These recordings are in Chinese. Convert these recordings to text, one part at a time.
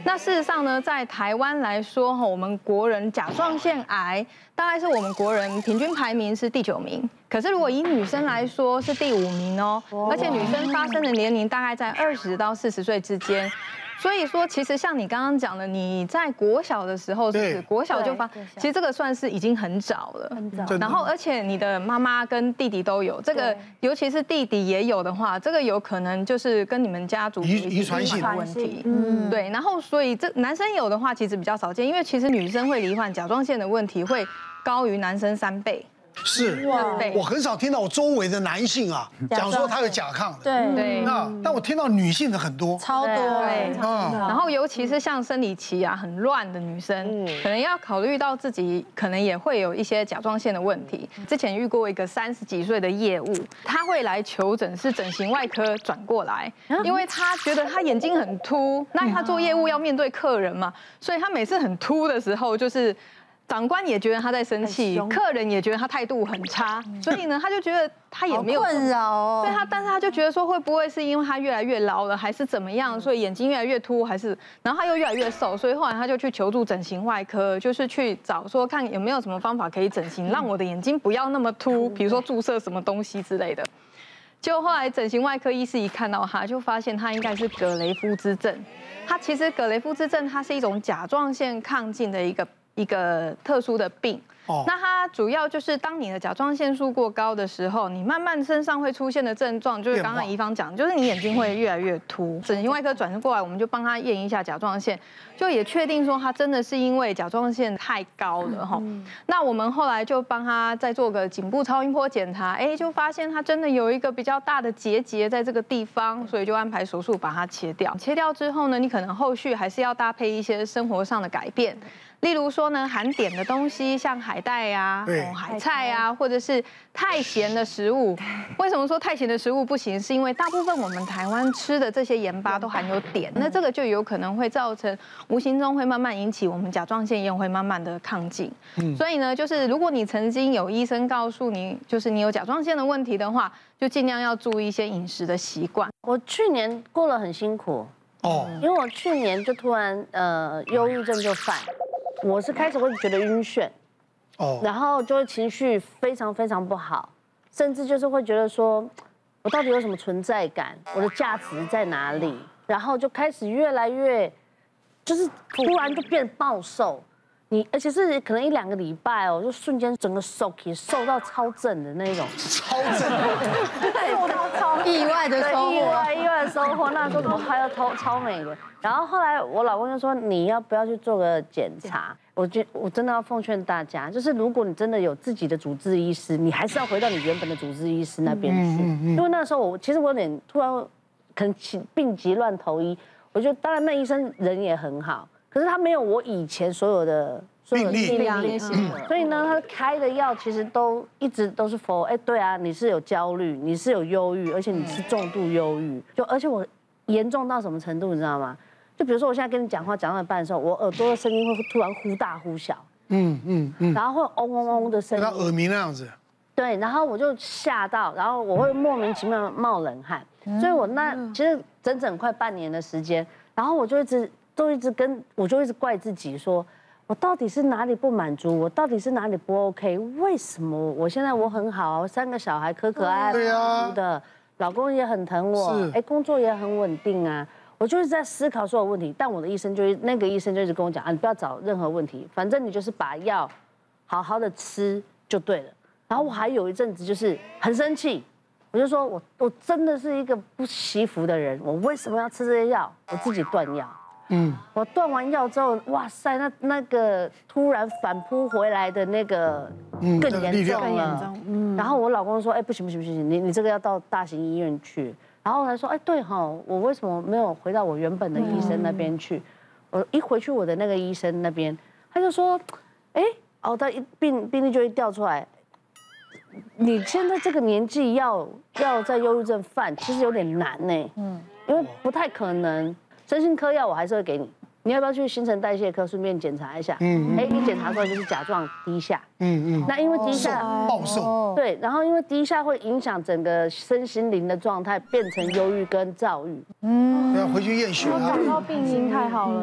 那事实上呢，在台湾来说，我们国人甲状腺癌大概是我们国人平均排名是第9名，可是如果以女生来说是第5名哦，而且女生发生的年龄大概在20到40岁之间。所以说，其实像你刚刚讲的，你在国小的时候，是不是国小就发？其实这个算是已经很早了，很早。然后，而且你的妈妈跟弟弟都有这个，尤其是弟弟也有的话，这个有可能就是跟你们家族遗传性问题。对。然后，所以这男生有的话其实比较少见，因为其实女生会罹患甲状腺的问题会高于男生3倍。 是，我很少听到我周围的男性啊讲说他有甲亢的， 对， 但我听到女性的很多， 超多， 对，然后尤其是像生理期啊很乱的女生，可能要考虑到自己可能也会有一些甲状腺的问题。之前遇过一个30几岁的业务，他会来求诊，是整形外科转过来，因为他觉得他眼睛很凸，那他做业务要面对客人嘛，所以他每次很凸的时候就是。长官也觉得他在生气，客人也觉得他态度很差，所以呢，他就觉得他也没有困扰哦。 对他，但是他就觉得说，会不会是因为他越来越老了，还是怎么样，所以眼睛越来越凸，还是然后他又越来越瘦，所以后来他就去求助整形外科，就是去找说看有没有什么方法可以整形，让我的眼睛不要那么凸，比如说注射什么东西之类的。结果后来整形外科医师一看到他，就发现他应该是葛雷夫氏症。他其实葛雷夫氏症它是一种甲状腺亢进的一个特殊的病，那它主要就是当你的甲状腺素过高的时候，你慢慢身上会出现的症状，就是刚刚怡芳讲，就是你眼睛会越来越凸。整形外科转过来，我们就帮他验一下甲状腺，就也确定说他真的是因为甲状腺太高了哈。那我们后来就帮他再做个颈部超音波检查，就发现他真的有一个比较大的结节在这个地方，所以就安排手术把它切掉。切掉之后呢，你可能后续还是要搭配一些生活上的改变。例如说呢，含碘的东西，像海带啊、海菜啊，或者是太咸的食物。为什么说太咸的食物不行？是因为大部分我们台湾吃的这些盐巴都含有碘，那这个就有可能会造成无形中会慢慢引起我们甲状腺炎会慢慢的亢进。所以呢，就是如果你曾经有医生告诉你，就是你有甲状腺的问题的话，就尽量要注意一些饮食的习惯。 我去年过得很辛苦因为我去年就突然忧郁症就犯。我是开始会觉得晕眩，然后就会情绪非常非常不好，甚至就是会觉得说，我到底有什么存在感？我的价值在哪里？然后就开始越来越，就是突然就变暴瘦，而且是可能1-2个礼拜就瞬间整个瘦到超正的那种， 超正， 瘦到超意外的收获， 意外的收获。那时候怎么拍到超美的？然后后来我老公就说，你要不要去做个检查？我真的要奉劝大家，就是如果你真的有自己的主治医师，你还是要回到你原本的主治医师那边去。因为那时候其实我有点突然可能病急乱投医，我觉得当然那医生人也很好，可是他没有我以前所有的病例， 所以呢，他开的药其实一直都是对啊，你是有焦虑，你是有忧郁，而且你是重度忧郁，而且我严重到什么程度，你知道吗？就比如说我现在跟你讲话讲到一半的时候，我耳朵的声音会突然忽大忽小，然后会嗡嗡嗡的声音， 像耳鸣那样子。对， 然后我就吓到，然后我会莫名其妙冒冷汗，所以我其实整整快半年的时间，然后我就一直怪自己说，我到底是哪里不满足，我到底是哪里不 OK？ 为什么我现在我很好，3个小孩可爱的，老公也很疼我，工作也很稳定啊。我就是在思考所有问题，但我的那个医生就一直跟我讲你不要找任何问题，反正你就是把药好好的吃就对了。然后我还有一阵子就是很生气，我就说我真的是一个不惜福的人，我为什么要吃这些药？我自己断药。我断完药之后，哇塞，那个突然反扑回来的那个更严重了。然后我老公说，不行，你这个要到大型医院去。然后他说，对我为什么没有回到我原本的医生那边去？我一回去我的那个医生那边，他就说，他病历就会调出来，你现在这个年纪要在忧郁症犯，其实有点难呢。因为不太可能，身心科药我还是会给你。你要不要去新陈代谢科顺便检查一下？一检查出来就是甲状低下。那因为低下暴瘦， 对，然后因为低下会影响整个身心灵的状态，变成忧郁跟躁郁。 要回去验血啊。 感到病因太好了。 对，然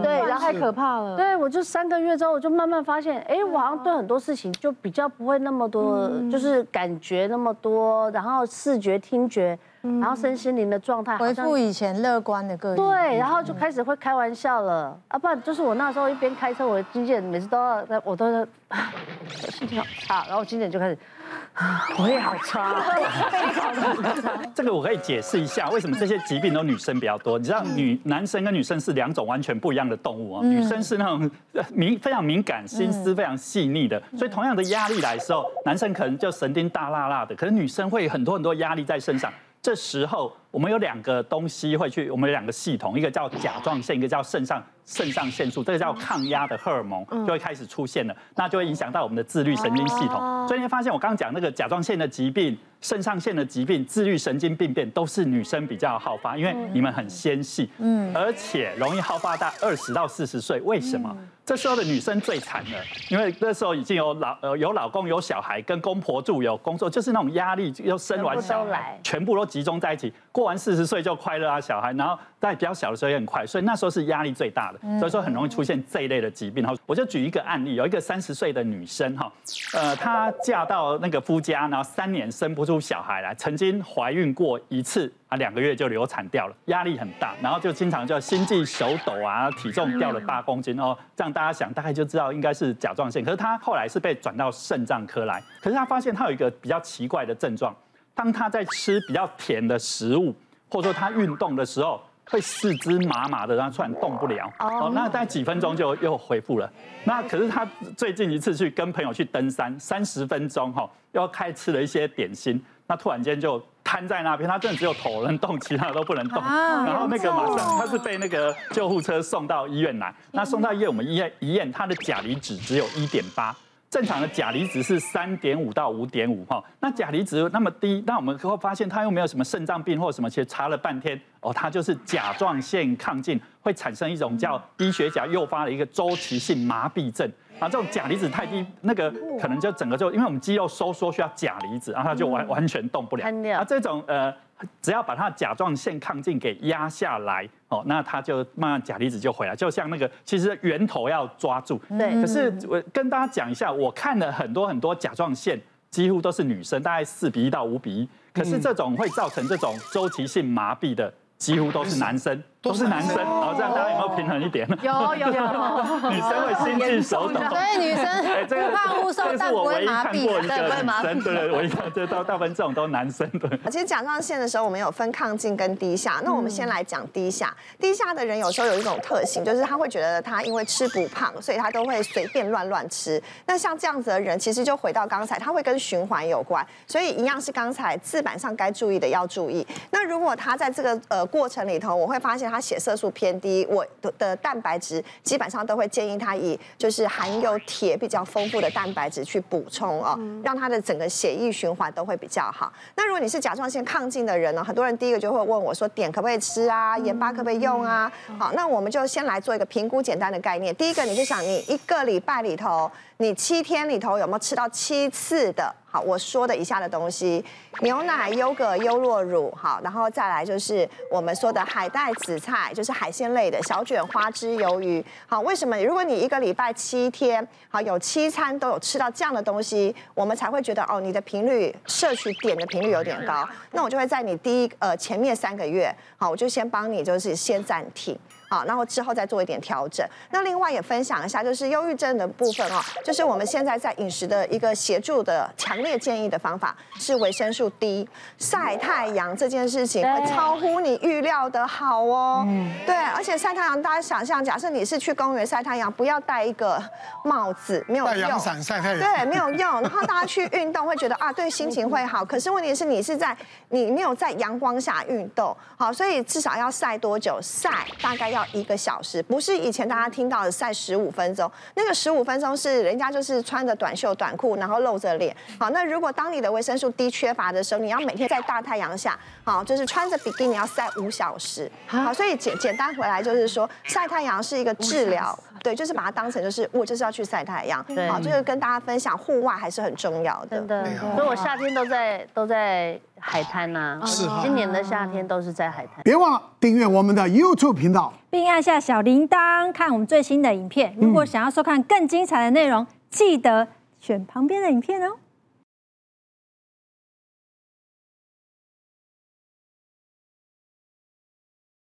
太可怕了。 对，我就3个月之后，我就慢慢发现，哎，我好像对很多事情就比较不会那么多，就是感觉那么多，然后视觉、听觉，然后身心灵的状态恢复以前乐观的个性。 对，然后就开始会开玩笑了，不然就是我那时候一边开车，我的经纪人每次我都在心情好差，然后经纪人就开始。我也好差， 这个我可以解释一下，为什么这些疾病都女生比较多？你知道，男生跟女生是2种完全不一样的动物哦。女生是那种非常敏感、心思非常细腻的，所以同样的压力来的时候，男生可能就神经大辣辣的，可是女生会很多压力在身上。这时候我们有2个东西会去，我们有2个系统，一个叫甲状腺，一个叫肾上腺素，这个叫抗压的荷尔蒙就会开始出现了，那就会影响到我们的自律神经系统。所以你会发现我刚刚讲那个甲状腺的疾病、肾上腺的疾病、自律神经病变都是女生比较好发，因为你们很纤细，而且容易好发到20到40岁。为什么？这时候的女生最惨了，因为那时候已经有老公、有小孩，跟公婆住、有工作，就是那种压力，又生完小孩，全部都集中在一起。过完40岁就快乐啊，小孩，然后在比较小的时候也很快，所以那时候是压力最大的，所以说很容易出现这一类的疾病。我就举一个案例，有一个30岁的女生哈，她嫁到那个夫家，然后3年生不出小孩来，曾经怀孕过1次。2个月就流产掉了，压力很大，然后就经常就心悸、手抖啊，体重掉了8公斤哦，这样大家想大概就知道应该是甲状腺。可是他后来是被转到肾脏科来，可是他发现他有一个比较奇怪的症状，当他在吃比较甜的食物，或者说他运动的时候，会四肢麻麻的，然后突然动不了，那大概几分钟就又恢复了。那可是他最近一次去跟朋友去登山，30分钟又开吃了一些点心，那突然间就瘫在那边，他真的只有头能动，其他的都不能动。然后那个马上他是被那个救护车送到医院来，那送到医院我们一验他的钾离子只有1.8。正常的钾离子是3.5到5.5哈，那钾离子那么低，那我们会发现他又没有什么肾脏病或什么，其实查了半天他就是甲状腺亢进会产生一种叫低血钾诱发的一个周期性麻痹症。然后这种钾离子太低，那个可能就整个就因为我们肌肉收缩需要钾离子，然后它就完全动不了。这种只要把它的甲状腺亢进给压下来那它就慢慢钾离子就回来，就像那个其实源头要抓住。 对。 可是我跟大家讲一下，我看了很多甲状腺，几乎都是女生，大概4:1到5:1。可是这种会造成这种周期性麻痹的，几乎都是男生。都是男生，好，这样大家有没有平衡一点？ 有， 女生会心悸手抖， 所以女生不怕忽瘦，但不会麻痹， 对，不会麻痹。对，我一看这大部分这种都男生对。 其实甲状腺的时候，我们有分亢进跟低下。那我们先来讲低下。低下的人有时候有一种特性，就是他会觉得他因为吃不胖，所以他都会随便乱吃。那像这样子的人，其实就回到刚才，他会跟循环有关，所以一样是刚才字板上该注意的要注意。那如果他在这个过程里头，我会发现他血色素偏低，我的蛋白质基本上都会建议他以就是含有铁比较丰富的蛋白质去补充让他的整个血液循环都会比较好。那如果你是甲状腺亢进的人呢，很多人第一个就会问我说，碘可不可以吃啊？盐巴可不可以用啊？好，那我们就先来做一个评估简单的概念。第一个，你就想你1个礼拜里头，你7天里头有没有吃到7次的？好，我说的以下的东西：牛奶、优格、优酪乳，好，然后再来就是我们说的海带、紫菜，就是海鲜类的小卷、花枝、鱿鱼。好，为什么？如果你1个礼拜7天，好，有7餐都有吃到这样的东西，我们才会觉得你的频率摄取碘的频率有点高。那我就会在你前面3个月，好，我就先帮你就是先暂停。好，然后之后再做一点调整。那另外也分享一下，就是忧郁症的部分就是我们现在在饮食的一个协助的强烈建议的方法是维生素 D， 晒太阳这件事情会超乎你预料的好哦。对，而且晒太阳，大家想象，假设你是去公园晒太阳，不要戴一个帽子，没有用。带阳伞晒太阳。 对，没有用。然后大家去运动会觉得对心情会好，可是问题是你没有在阳光下运动，好，所以至少要晒多久？晒大概要1个小时，不是以前大家听到的晒15分钟。那个15分钟是人家就是穿着短袖短裤，然后露着脸。好，那如果当你的维生素 D 缺乏的时候，你要每天在大太阳下，好，就是穿着比基尼要晒5小时。好，所以简单回来就是说，晒太阳是一个治疗。对，就是把它当成就是我就是要去晒太阳，好，就是跟大家分享户外还是很重要的。 真的，所以我夏天都在海滩呐。 是今年的夏天都是在海滩。 别忘了订阅我们的 YouTube 频道， 并按下小铃铛看我们最新的影片。如果想要收看更精彩的内容，记得选旁边的影片哦。